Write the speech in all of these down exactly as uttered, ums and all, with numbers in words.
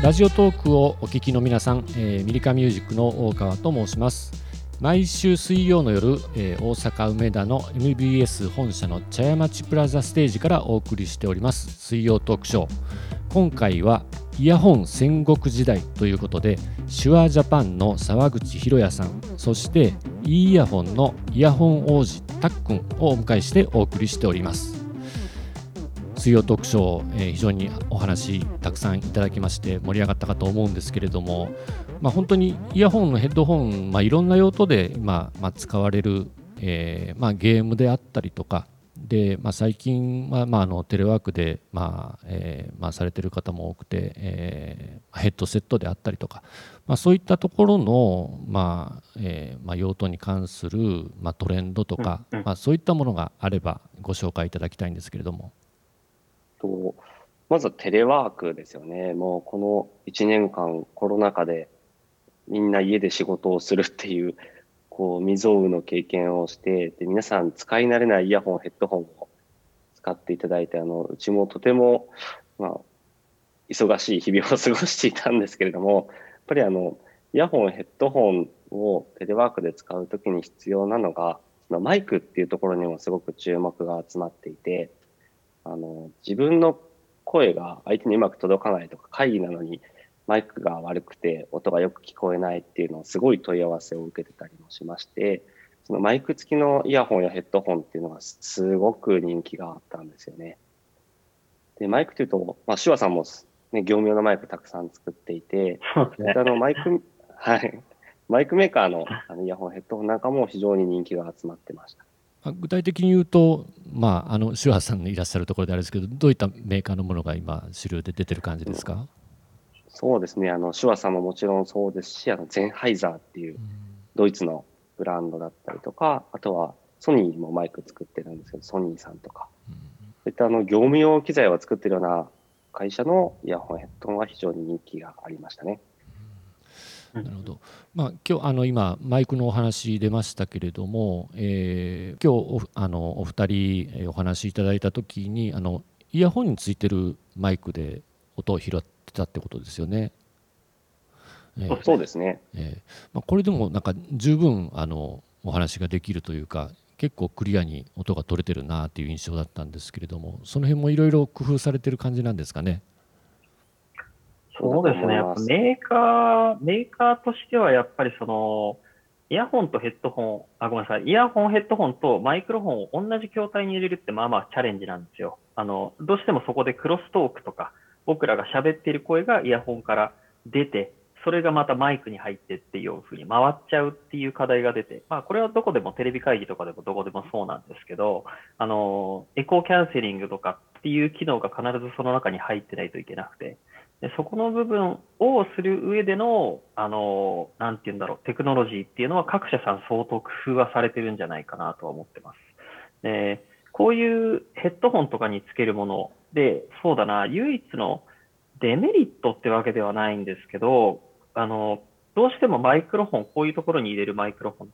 ラジオトークをお聞きの皆さん、えーミリカミュージックの大川と申します。毎週水曜の夜、えー大阪梅田の エムビーエス 本社の茶屋町プラザステージからお送りしております水曜トークショー。今回はイヤホン戦国時代ということで、手話ジャパンの沢口博也さん、そしていいイヤホンのイヤホン王子たっくんをお迎えしてお送りしております。水曜トークショー、えー非常にお話たくさんいただきまして盛り上がったかと思うんですけれども、まあ、本当にイヤホンのヘッドホン、まあ、いろんな用途で今、まあ、使われる、えーまあ、ゲームであったりとかで、まあ、最近は、まあ、あのテレワークで、まあえーまあ、されている方も多くて、えーヘッドセットであったりとか、まあ、そういったところの、まあえーまあ、用途に関する、まあ、トレンドとか、 うんうんまあ、そういったものがあればご紹介いただきたいんですけれども。 と、まずはテレワークですよね。もうこのいちねんかんコロナ禍でみんな家で仕事をするっていう、こう未曾有の経験をして、で、皆さん使い慣れないイヤホン、ヘッドホンを使っていただいて、あの、うちもとても、まあ、忙しい日々を過ごしていたんですけれども、やっぱりあの、イヤホン、ヘッドホンをテレワークで使うときに必要なのが、そのマイクっていうところにもすごく注目が集まっていて、あの、自分の声が相手にうまく届かないとか、会議なのにマイクが悪くて音がよく聞こえないっていうのをすごい問い合わせを受けてたりもしまして、そのマイク付きのイヤホンやヘッドホンっていうのがすごく人気があったんですよね。で、マイクというと、まあ、シュワさんもね、業務用のマイクたくさん作っていて、 そうですね。 そういったあのマイク、はい、マイクメーカーのあのイヤホン、ヘッドホンなんかも非常に人気が集まってました。 あ具体的に言うと、まあ、あのシュワさんのいらっしゃるところであれですけど、どういったメーカーのものが今主流で出てる感じですか？ そうですね。あの、シュワさんももちろんそうですし、あの、ゼンハイザーっていうドイツのブランドだったりとか、あとはソニーもマイク作ってるんですけど、ソニーさんとか、そういったあの、業務用機材を作ってるような会社のイヤホン、ヘッドホンは非常に人気がありましたね。 なるほど。まあ、今日あの今マイクのお話出ましたけれども、えー今日おあのお二人えーお話しいただいた時にあのイヤホンについてるマイクで音を拾ってたってことですよね。えーそうですね。 そうですね。 えーまあ、これでもなんか十分あのお話ができるというか、結構クリアに音が取れてるなっていう印象だったんですけれども、その辺もいろいろ工夫されてる感じなんですかね。 そうだとそうですね。やっ思います。 ぱメーカー、メーカーとしてはやっぱりその、イヤホンとヘッドホン、あ、ごめんなさい。イヤホン、ヘッドホンとマイクロフォンを同じ筐体に入れるってまあまあチャレンジなんですよ。あの、どうしてもそこでクロストークとか、僕らが喋っている声がイヤホンから出て、それがまたマイクに入ってっていう風に回っちゃうっていう課題が出て、まあこれはどこでもテレビ会議とかでもどこでもそうなんですけど、あの、エコーキャンセリングとかっていう機能が必ずその中に入ってないといけなくて、でそこの部分をする上での、あの、なんて言うんだろう、テクノロジーっていうのは各社さん相当工夫はされてるんじゃないかなとは思ってます。で、こういうヘッドホンとかにつけるもので、そうだな、唯一のデメリットってわけではないんですけど、あの、どうしてもマイクロフォン、こういうところに入れるマイクロフォンって、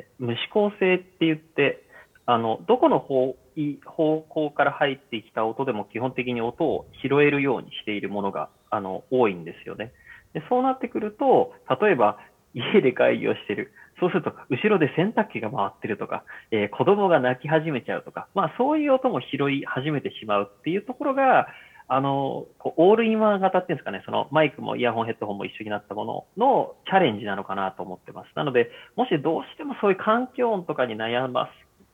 無指向性って言って、あの、どこの方方向から入ってきた音でも基本的に音を拾えるようにしているものが、あの、多いんですよね。で、そうなってくると、例えば、家で会議をしてる。そうすると、後ろで洗濯機が回ってるとか、えー子供が泣き始めちゃうとか、まあそういう音も拾い始めてしまうっていうところが、あの、こうオールインワン型っていうんですかね、そのマイクもイヤホン、ヘッドホンも一緒になったもののチャレンジなのかなと思ってます。なので、もしどうしてもそういう環境音とかに悩ます、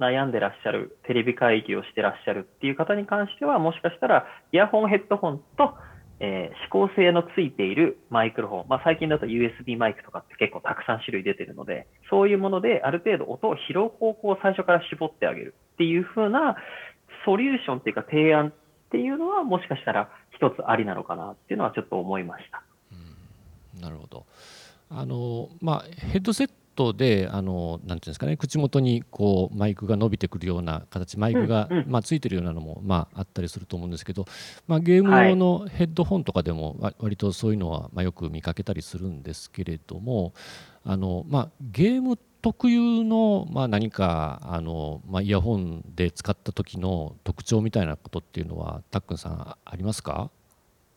悩んでらっしゃる、テレビ会議をしてらっしゃるっていう方に関しては、もしかしたらイヤホン、ヘッドホンと、えー指向性のついているマイクロフォン、まあ、最近だと ユーエスビー マイクとかって結構たくさん種類出てるので、そういうものである程度音を拾う方向を最初から絞ってあげるっていう風なソリューションっていうか提案っていうのはもしかしたら一つありなのかなっていうのはちょっと思いました。 なるほど。あのまあ、ヘッドセットであのなんていうんですかね、口元にこうマイクが伸びてくるような形、マイクが、 うんうん。 まあ、ついてるようなのも、まあ、あったりすると思うんですけど、まあ、ゲームはい。 用のヘッドホンとかでもわ割とそういうのは、まあ、よく見かけたりするんですけれども、あの、まあ、ゲーム特有の、まあ、何かあの、まあ、イヤホンで使った時の特徴みたいなことっていうのはたっくんさんありますか？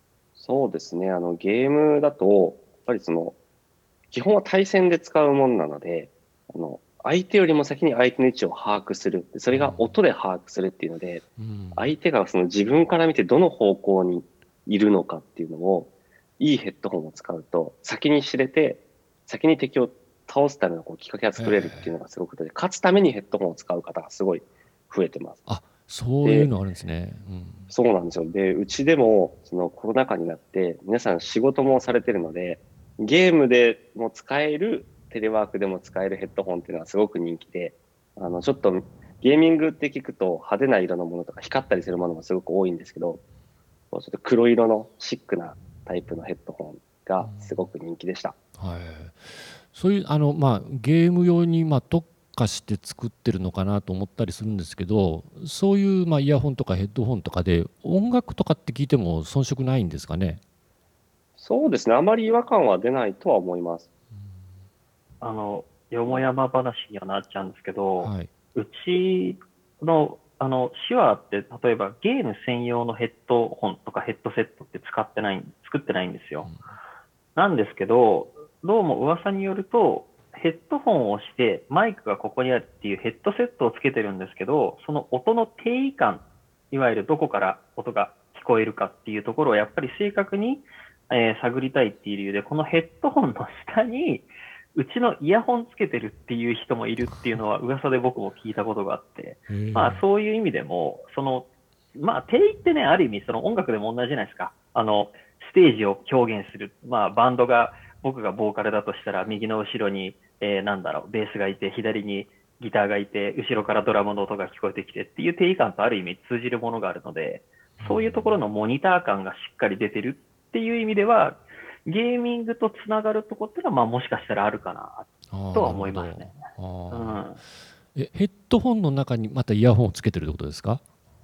そうですね。あの、ゲームだと、やっぱりその、基本は対戦で使うものなので、あの、相手よりも先に相手の位置を把握する。それが音で把握するっていうので、 うん、 相手がその自分から見てどの方向にいるのかっていうのを、いいヘッドホンを使うと、先に知れて、先に敵を倒すためのこうきっかけが作れるっていうのがすごくて、勝つためにヘッドホンを使う方がすごい増えてます。 あ、そういうのあるんですね。うん、 そうなんですよ。で、うちでも、そのコロナ禍になって、皆さん仕事もされてるので、ゲームでも使える、テレワークでも使えるヘッドホンっていうのはすごく人気で、あの、ちょっとゲーミングって聞くと派手な色のものとか光ったりするものもすごく多いんですけど、こうちょっと黒色のシックなタイプのヘッドホンがすごく人気でした。 はい、そういうあの、まあ、ゲーム用にまあ特化して作ってるのかなと思ったりするんですけど、そういうまあイヤホンとかヘッドホンとかで音楽とかって聞いても遜色ないんですかね。 そうですね。あまり違和感は出ないとは思います。 あの、よもやま話にはなっちゃうんですけど、 はい、 うちの、あの、手話って、例えばゲーム専用のヘッドホンとかヘッドセットって使ってない、作ってないんですよ。なんですけど、どうも噂によると、ヘッドホンを押してマイクがここにあるっていうヘッドセットをつけてるんですけど、その音の定位感、いわゆるどこから音が聞こえるかっていうところをやっぱり正確に、えー探りたいっていう理由で、このヘッドホンの下に、うちのイヤホンつけてるっていう人もいるっていうのは噂で僕も聞いたことがあって、まあそういう意味でも、その、まあ定位ってね、ある意味その音楽でも同じじゃないですか。あの、ステージを表現する。まあバンドが、僕がボーカルだとしたら右の後ろに、えー、なんだろう、ベースがいて、左にギターがいて、後ろからドラムの音が聞こえてきてっていう定位感とある意味通じるものがあるので、そういうところのモニター感がしっかり出てるっていう意味では、ゲーミングとつながるところってのは、まあもしかしたらあるかなとは思いますね。 あ、 うん、 えヘッドホンの中にまたイヤホンをつけてるってことですか。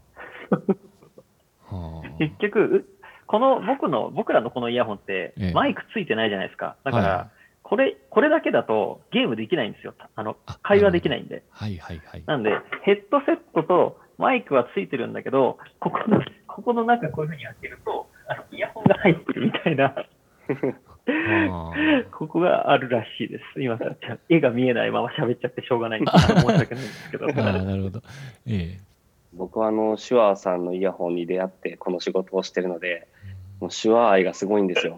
は結局、この僕の、僕らのこのイヤホンってええマイクついてないじゃないですか。だから、 はいこれ、これだけだとゲームできないんですよ。あのあ、 会話できないんで。 はいはいはい。 なんで、ヘッドセットとマイクはついてるんだけど、ここの、ここの中こういうふうに開けると、あのイヤホンが入ってるみたいな、 あここがあるらしいです。今、絵が見えないまま喋っちゃってしょうがないんです。申し訳ないんですけど。 あー、なるほど。ええ僕はあの、手話さんのイヤホンに出会ってこの仕事をしてるので、もう手話愛がすごいんですよ。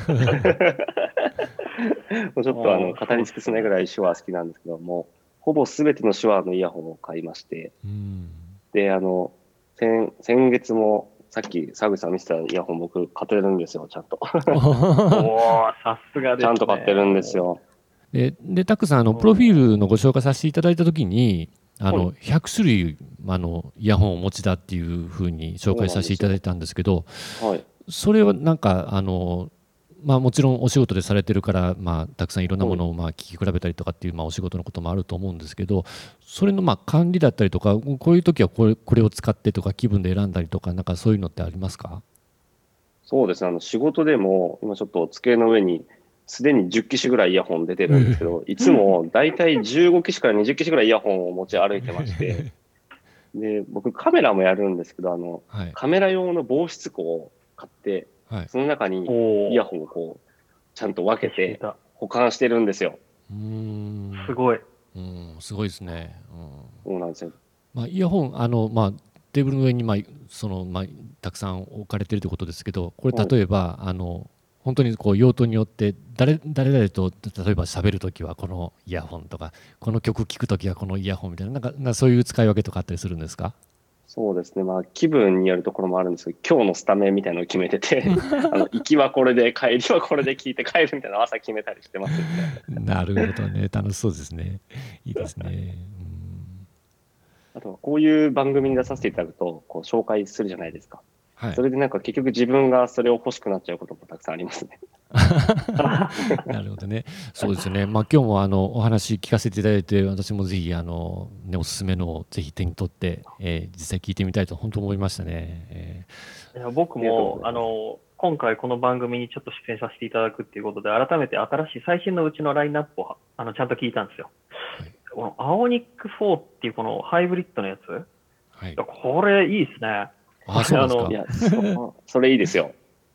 もうちょっとあの語り尽くせないぐらい手話好きなんですけども、ほぼすべての手話のイヤホンを買いまして、 うん、 で、あの、先、先月もさっき沢口さん見せたイヤホン僕買ってるんですよ、ちゃんと。 おー、さすがですね。 ちゃんと買ってるんですよ。 で、でタックさん、あのプロフィールのご紹介させていただいたときに、あのひゃく種類あのイヤホンをお持ちだっていうふうに紹介させていただいたんですけど、 はい。 それはなんかあの、まあ、もちろんお仕事でされてるから、まあ、たくさんいろんなものをまあ聞き比べたりとかっていう、まあ、お仕事のこともあると思うんですけど、それのまあ管理だったりとか、こういう時はこれこれを使ってとか気分で選んだりとか、なんかそういうのってありますか。 そうですね。あの、仕事でも、今ちょっと机の上に、すでにじゅっ機種ぐらいイヤホン出てるんですけど、いつもだいたいじゅうご機種からにじゅっ機種ぐらいイヤホンを持ち歩いてまして、で、僕カメラもやるんですけど、あの、 はいカメラ用の防湿庫を買って、 はい、 その中にイヤホンをこう、ちゃんと分けて保管してるんですよ。 うーん、 すごい。 うん、すごいですね。うん、 そうなんですよ。 まあ、イヤホン、あの、まあ、テーブルの上に、まあ、その、まあ、たくさん置かれているということですけど、これ例えば、あの、本当にこう用途によって誰誰々と例えば喋るときはこのイヤホンとか、この曲聴くときはこのイヤホンみたいな、なんかなんかそういう使い分けとかあったりするんですか。 そうですね。まあ、気分によるところもあるんですけど、今日のスタメンみたいなのを決めてて、あの、行きはこれで、帰りはこれで聞いて帰るみたいなのを朝決めたりしてますよね。 なるほどね、楽しそうですね。いいですね。 あとは、こういう番組に出させていただくと、こう、紹介するじゃないですか。 はい、 それでなんか結局自分がそれを欲しくなっちゃうこともたくさんありますね。 なるほどね。そうですね。まあ今日もあのお話聞かせていただいて、私もぜひあのねおすすめのをぜひ手に取って、えー、実際聞いてみたいと本当思いましたね。えいや僕もあの今回この番組にちょっと出演させていただくっていうことで、改めて新しい最新のうちのラインナップをあのちゃんと聞いたんですよ。はい、このアオニックフォーっていうこのハイブリッドのやつ、はい、これいいですね。 あ、そうですか。 いやそ、それいいですよ。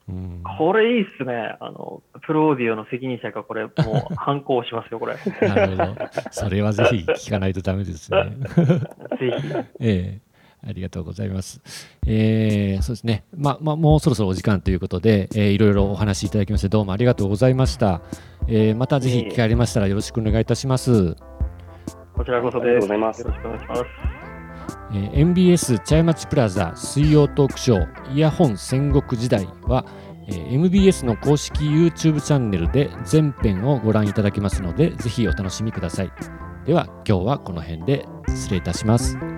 うん、 これいいっすね。あの、プロオーディオの責任者がこれ、もう、反抗しますよ、これ。 なるほど。それはぜひ聞かないとダメですね。 ぜひ。 ええ、ありがとうございます。えー、そうですね。まあ、まあ、もうそろそろお時間ということで、えー、いろいろお話しいただきまして、どうもありがとうございました。えー、またぜひ機会ありましたらよろしくお願いいたします。 こちらこそです。 ありがとうございます。 よろしくお願いします。 えー、エムビーエス 茶屋町プラザ水曜トークショーイヤホン戦国時代は、えー、エムビーエス の公式 YouTube チャンネルで全編をご覧いただけますので、ぜひお楽しみください。では今日はこの辺で失礼いたします。